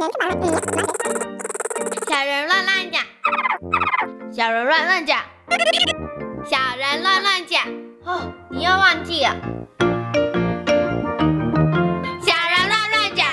小人乱乱讲，小人乱乱讲，小人乱乱讲。哦，你又忘记了。小人乱乱讲。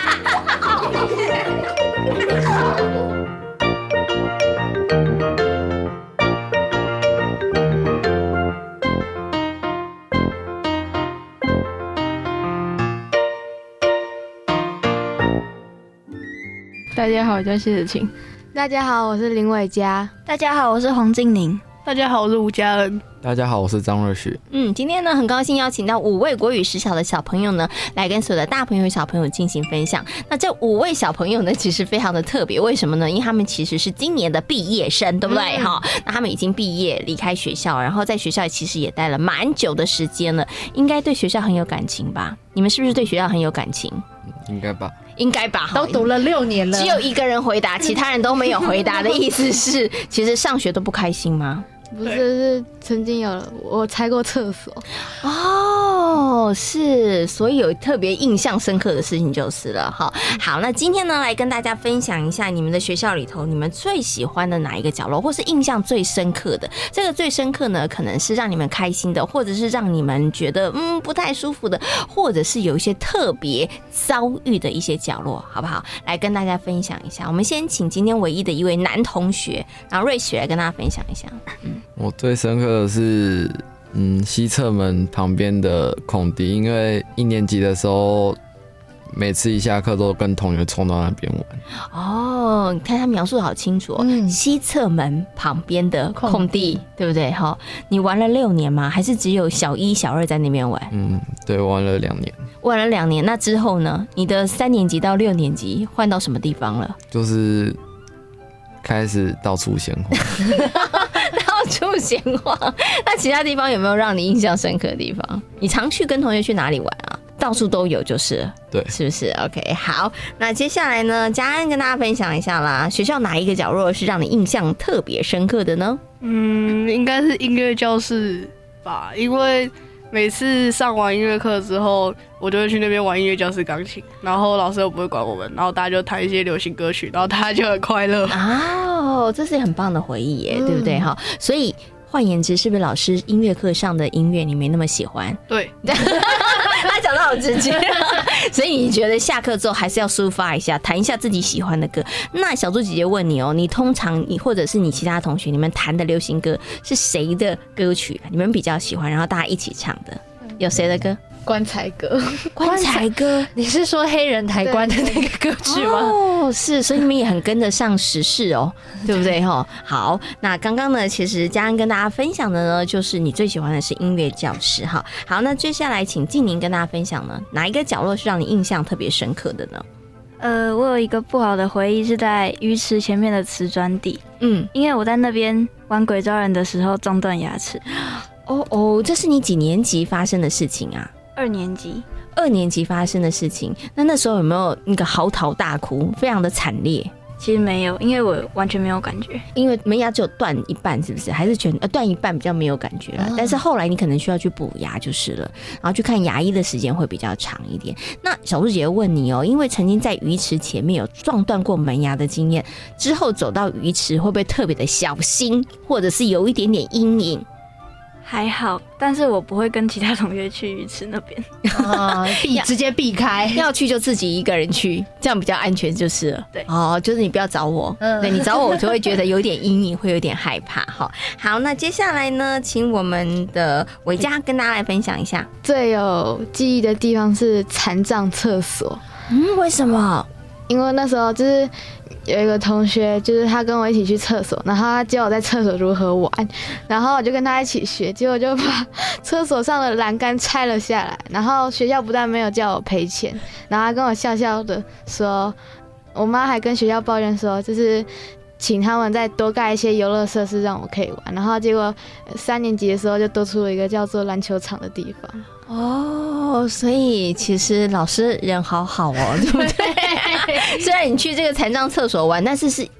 大家好，我叫谢子晴。 大家好，我是林伟嘉。 大家好，我是黄静宁。 大家好，我是吴嘉恩。 大家好，我是张瑞许。 今天呢，很高兴邀请到5位国语实小的小朋友呢，来跟所有的大朋友与小朋友进行分享。那这5位小朋友呢，其实非常的特别，为什么呢？因为他们其实是今年的毕业生，对不对？那他们已经毕业，离开学校，然后在学校其实也待了蛮久的时间了，应该对学校很有感情吧？你们是不是对学校很有感情？ 应该吧。 应该吧， 都读了6年了， 只有一个人回答，其他人都没有回答的意思是，其实上学都不开心吗？ 不是，是曾经我拆过厕所。 哦，是，所以有特别印象深刻的事情就是了。好，那今天呢，来跟大家分享一下你们的学校里头，你们最喜欢的哪一个角落，或是印象最深刻的。这个最深刻呢，可能是让你们开心的，或者是让你们觉得不太舒服的，或者是有一些特别遭遇的一些角落，好不好？来跟大家分享一下。我们先请今天唯一的一位男同学，然后瑞雪来跟大家分享一下。 我最深刻的是西侧门旁边的空地，因为1年级的时候每次一下课都跟同学冲到那边玩。 哦，你看他描述的好清楚哦，西侧门旁边的空地，对不对？你玩了6年吗？还是只有小1、小2在那边玩？ 对，玩了2年。 玩了2年，那之后呢？你的3年级到6年级换到什么地方了？ 就是开始到处闲晃。 到处闲晃。那其他地方有没有让你印象深刻的地方？你常去跟同学去哪里玩啊？到处都有就是了， 对， 是不是 ？OK， 好，那接下来呢，嘉安跟大家分享一下啦，学校哪一个角落是让你印象特别深刻的呢？ 应该是音乐教室吧，因为每次上完音乐课之后，我就会去那边玩音乐教室钢琴，然后老师又不会管我们，然后大家就弹一些流行歌曲，然后大家就很快乐。 哦，这是很棒的回忆耶，对不对？所以换言之，是不是老师音乐课上的音乐你没那么喜欢？ 对。 他讲得好直接，所以你觉得下课之后还是要抒发一下，弹一下自己喜欢的歌。那小猪姐姐问你哦，你通常或者是你其他同学，你们弹的流行歌是谁的歌曲？你们比较喜欢，然后大家一起唱的，有谁的歌？ 棺材歌。 棺材歌， 你是说黑人抬棺的那个歌曲吗？ 哦，是，所以你们也很跟得上时事哦，对不对？好，那刚刚呢，其实嘉安跟大家分享的呢，就是你最喜欢的是音乐教室哈。好，那接下来请静宁跟大家分享呢，哪一个角落是让你印象特别深刻的呢？ 我有一个不好的回忆是在鱼池前面的瓷砖地，因为我在那边玩鬼招人的时候撞断牙齿。 哦，这是你几年级发生的事情啊 ？2年级。 2年级发生的事情，那时候有没有那个嚎啕大哭，非常的惨烈？ 其实没有，因为我完全没有感觉。 因为门牙只有断一半，是不是？还是断一半比较没有感觉了？但是后来你可能需要去补牙就是了，然后去看牙医的时间会比较长一点。那小猪姐姐问你哦，因为曾经在鱼池前面有撞断过门牙的经验，之后走到鱼池会不会特别的小心，或者是有一点点阴影？ 还好，但是我不会跟其他同学去鱼池那边， 直接避开， 要去就自己一个人去，这样比较安全就是了。 对， 就是你不要找我，对，你找我就会觉得有点阴影，会有点害怕。好，那接下来呢，请我们的伟嘉跟大家来分享一下最有记忆的地方是残障厕所。 为什么？ 因为那时候就是有一个同学，就是他跟我一起去厕所，然后他教我在厕所如何玩，然后我就跟他一起学，结果就把厕所上的栏杆拆了下来，然后学校不但没有叫我赔钱，然后他跟我笑笑的说，我妈还跟学校抱怨说，就是请他们再多盖一些游乐设施让我可以玩，然后结果3年级的时候就多出了一个叫做篮球场的地方。 所以其实老师人好好哦，对不对？虽然你去这个残障厕所玩，但是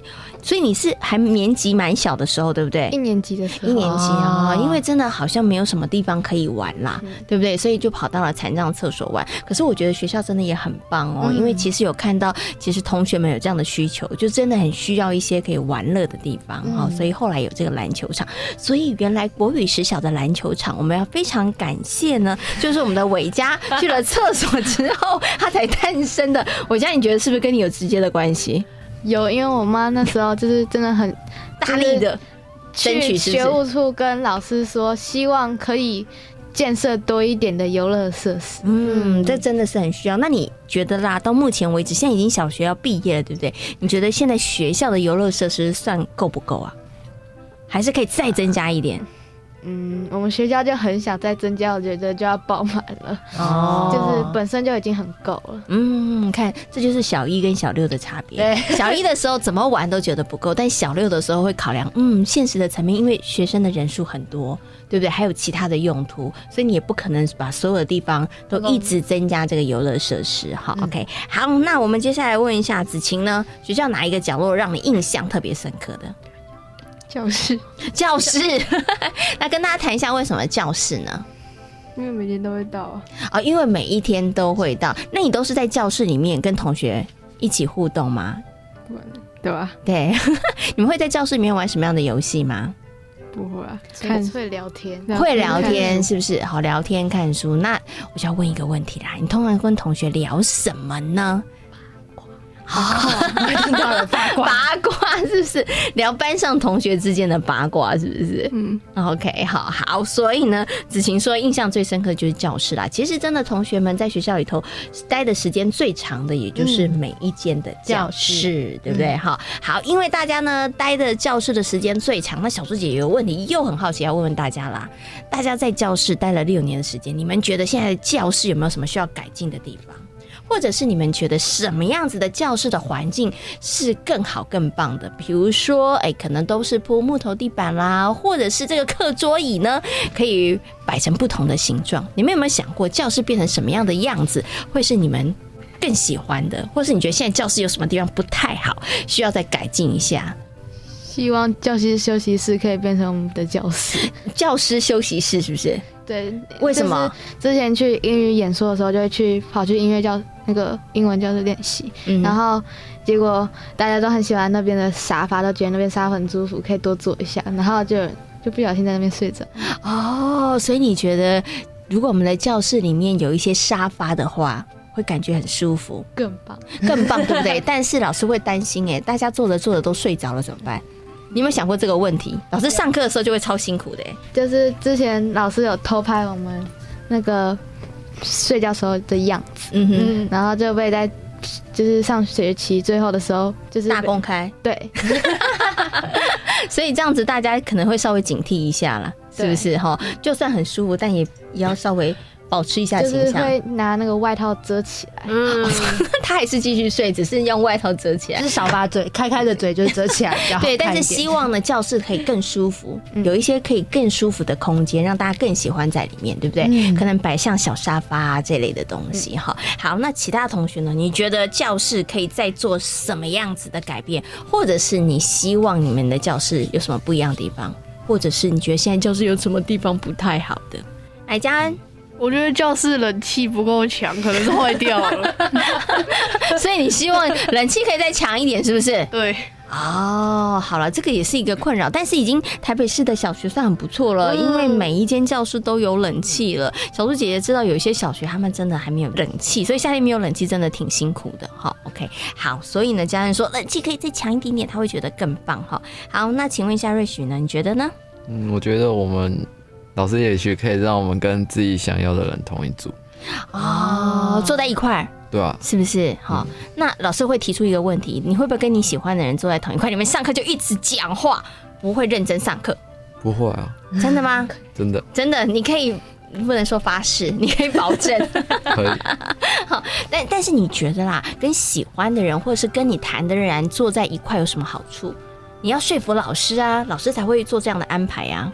所以你是还年纪蛮小的时候，对不对？ 一年级的时候， 一年级啊，因为真的好像没有什么地方可以玩啦，对不对？所以就跑到了残障厕所玩。可是我觉得学校真的也很棒哦，因为其实有看到，其实同学们有这样的需求，就真的很需要一些可以玩乐的地方哈，所以后来有这个篮球场。所以原来国语实小的篮球场，我们要非常感谢呢，就是我们的伟嘉去了厕所之后，他才诞生的。伟嘉，你觉得是不是跟你有直接的关系？ 有，因为我妈那时候就是真的很大力的争取， 去学务处跟老师说，希望可以建设多一点的游乐设施。 这真的是很需要。那你觉得啦，到目前为止，现在已经小学要毕业了，对不对？你觉得现在学校的游乐设施算够不够啊？还是可以再增加一点？ 我们学校就很想再增加，我觉得就要爆满了。就是本身就已经很够了。 看，这就是小一跟小六的差别。 对， 小一的时候怎么玩都觉得不够，但小六的时候会考量，现实的层面，因为学生的人数很多，对不对？还有其他的用途，所以你也不可能把所有的地方都一直增加这个游乐设施。好，OK， 好，那我们接下来问一下子晴呢，学校哪一个角落让你印象特别深刻的？教室那跟大家谈一下为什么教室呢？ 因为每天都会到因为每一天都会到。那你都是在教室里面跟同学一起互动吗？ 对吧？ 对你们会在教室里面玩什么样的游戏吗？ 不会啊， 会聊天， 会聊天是不是？好，聊天看书。那我就要问一个问题啦，你通常跟同学聊什么呢？听到了八卦是不是？聊班上同学之间的八卦是不是？OK， 好，所以呢，子晴说印象最深刻就是教室啦。其实真的同学们在学校里头待的时间最长的，也就是每一间的教室，对不对？好，因为大家呢待的教室的时间最长，那小猪姐有问题又很好奇要问问大家啦。大家在教室待了6年的时间，你们觉得现在的教室有没有什么需要改进的地方？或者是你们觉得什么样子的教室的环境是更好更棒的？比如说可能都是铺木头地板啦，或者是这个课桌椅呢可以摆成不同的形状。你们有没有想过教室变成什么样的样子会是你们更喜欢的？或是你觉得现在教室有什么地方不太好，需要再改进一下？ 希望教师休息室可以变成我们的教室。 教师休息室是不是？ 对， 为什么？ 之前去英语演说的时候，就会跑去音乐教那个英文教室练习，然后结果大家都很喜欢那边的沙发，都觉得那边沙发很舒服，可以多坐一下，然后就不小心在那边睡着。 所以你觉得如果我们的教室里面有一些沙发的话，会感觉很舒服， 更棒， 对不对？但是老师会担心，大家坐着都睡着了怎么办？你有没有想过这个问题？老师上课的时候就会超辛苦的。 就是之前老师有偷拍我们那个睡觉时候的样子，然后就被在就是上学期最后的时候就是大公开， 对， 所以这样子大家可能会稍微警惕一下啦，是不是？就算很舒服，但也要稍微保持一下形象， 就是会拿那个外套遮起来。 他还是继续睡，只是用外套遮起来， 就是少把嘴开的嘴就遮起来比较好看一点。 对，但是希望呢，教室可以更舒服，有一些可以更舒服的空间，让大家更喜欢在里面，对不对？可能摆像小沙发这类的东西。好，那其他同学呢？你觉得教室可以再做什么样子的改变，或者是你希望你们的教室有什么不一样的地方，或者是你觉得现在教室有什么地方不太好的？来，嘉恩。 我觉得教室冷气不够强，可能是坏掉了。 所以你希望冷气可以再强一点，是不是？ 对。 好了，这个也是一个困扰，但是已经台北市的小学算很不错了，因为每一间教室都有冷气了。小猪姐姐知道有一些小学他们真的还没有冷气，所以夏天没有冷气真的挺辛苦的。好 ，OK， 好，所以呢，家人说冷气可以再强一点点，他会觉得更棒。好，那请问一下瑞许呢？你觉得呢？ 我觉得我们老师也许可以让我们跟自己想要的人同一组坐在一块儿， 对啊， 是不是？那老师会提出一个问题，你会不会跟你喜欢的人坐在同一块？你们上课就一直讲话，不会认真上课？ 不会啊。 真的吗？ 真的， 你可以不能说发誓，你可以保证。 可以。 好，但是你觉得啦，跟喜欢的人或者是跟你谈的人坐在一块有什么好处？你要说服老师啊，老师才会做这样的安排啊。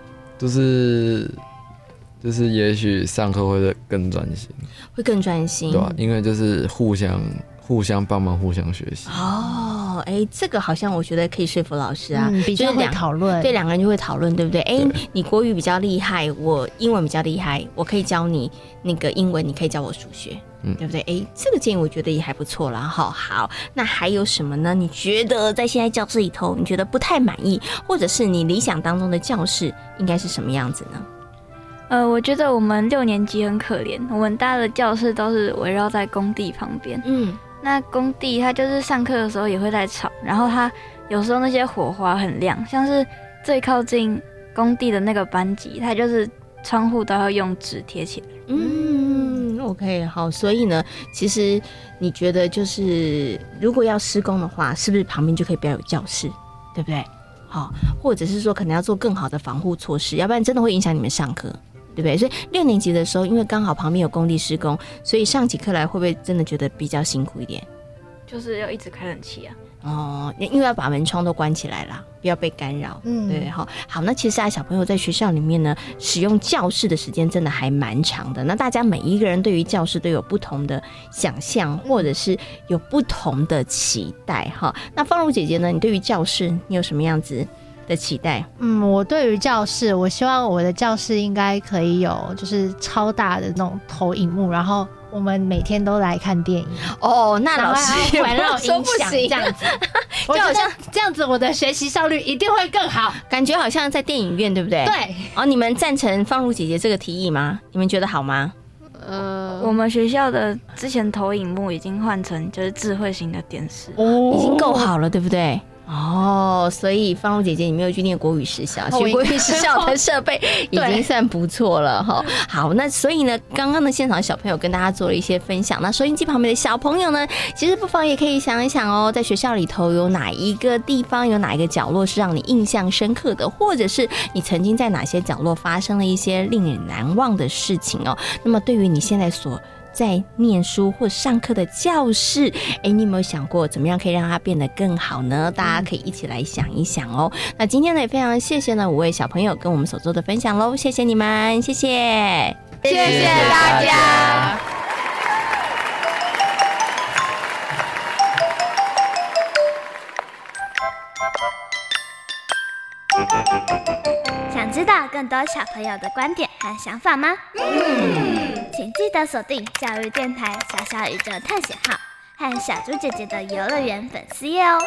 就是也许上课会更专心， 会更专心， 对啊，因为就是互相帮忙，互相学习。 这个好像我觉得可以说服老师啊， 比较会讨论， 对，两个人就会讨论，对不对？你国语比较厉害，我英文比较厉害，我可以教你那个英文，你可以教我数学，对不对？这个建议我觉得也还不错啦。好，那还有什么呢？你觉得在现在教室里头，你觉得不太满意，或者是你理想当中的教室应该是什么样子呢？ 我觉得我们6年级很可怜，我们搭的教室都是围绕在工地旁边。那工地它就是上课的时候也会在吵，然后它有时候那些火花很亮，像是最靠近工地的那个班级，它就是窗户都要用纸贴起来。 OK， 好，所以呢，其实你觉得就是如果要施工的话，是不是旁边就可以不要有教室，对不对？好，或者是说可能要做更好的防护措施，要不然真的会影响你们上课。对不对？所以6年级的时候，因为刚好旁边有工地施工，所以上起课来会不会真的觉得比较辛苦一点？ 就是要一直开冷气啊。因为要把门窗都关起来啦，不要被干扰。对，好，那其实小朋友在学校里面呢，使用教室的时间真的还蛮长的。那大家每一个人对于教室都有不同的想象，或者是有不同的期待哈。那芳如姐姐呢，你对于教室你有什么样子的期待？ 我对于教室，我希望我的教室应该可以有就是超大的那种投影幕，然后我们每天都来看电影。 那老师环绕音响这样子，我好像这样子，我的学习效率一定会更好。 感觉好像在电影院，对不对？ 对。 你们赞成芳如姐姐这个提议吗？你们觉得好吗？ 我们学校的之前投影幕已经换成就是智慧型的电视， 已经够好了，对不对？所以芳如姐姐你没有去念国语实校，学国语实校的设备已经算不错了哈。好，那所以呢，刚刚的现场小朋友跟大家做了一些分享，那收音机旁边的小朋友呢，其实不妨也可以想一想在学校里头有哪一个地方，有哪一个角落是让你印象深刻的，或者是你曾经在哪些角落发生了一些令人难忘的事情那么对于你现在所在念书或上课的教室，你有没有想过怎么样可以让它变得更好呢？大家可以一起来想一想那今天呢，也非常谢谢呢5位小朋友跟我们所做的分享喽，谢谢你们，谢谢大家。 想知道更多小朋友的观点和想法吗？请记得锁定教育电台小小宇宙探险号和小猪姐姐的游乐园粉丝页哦。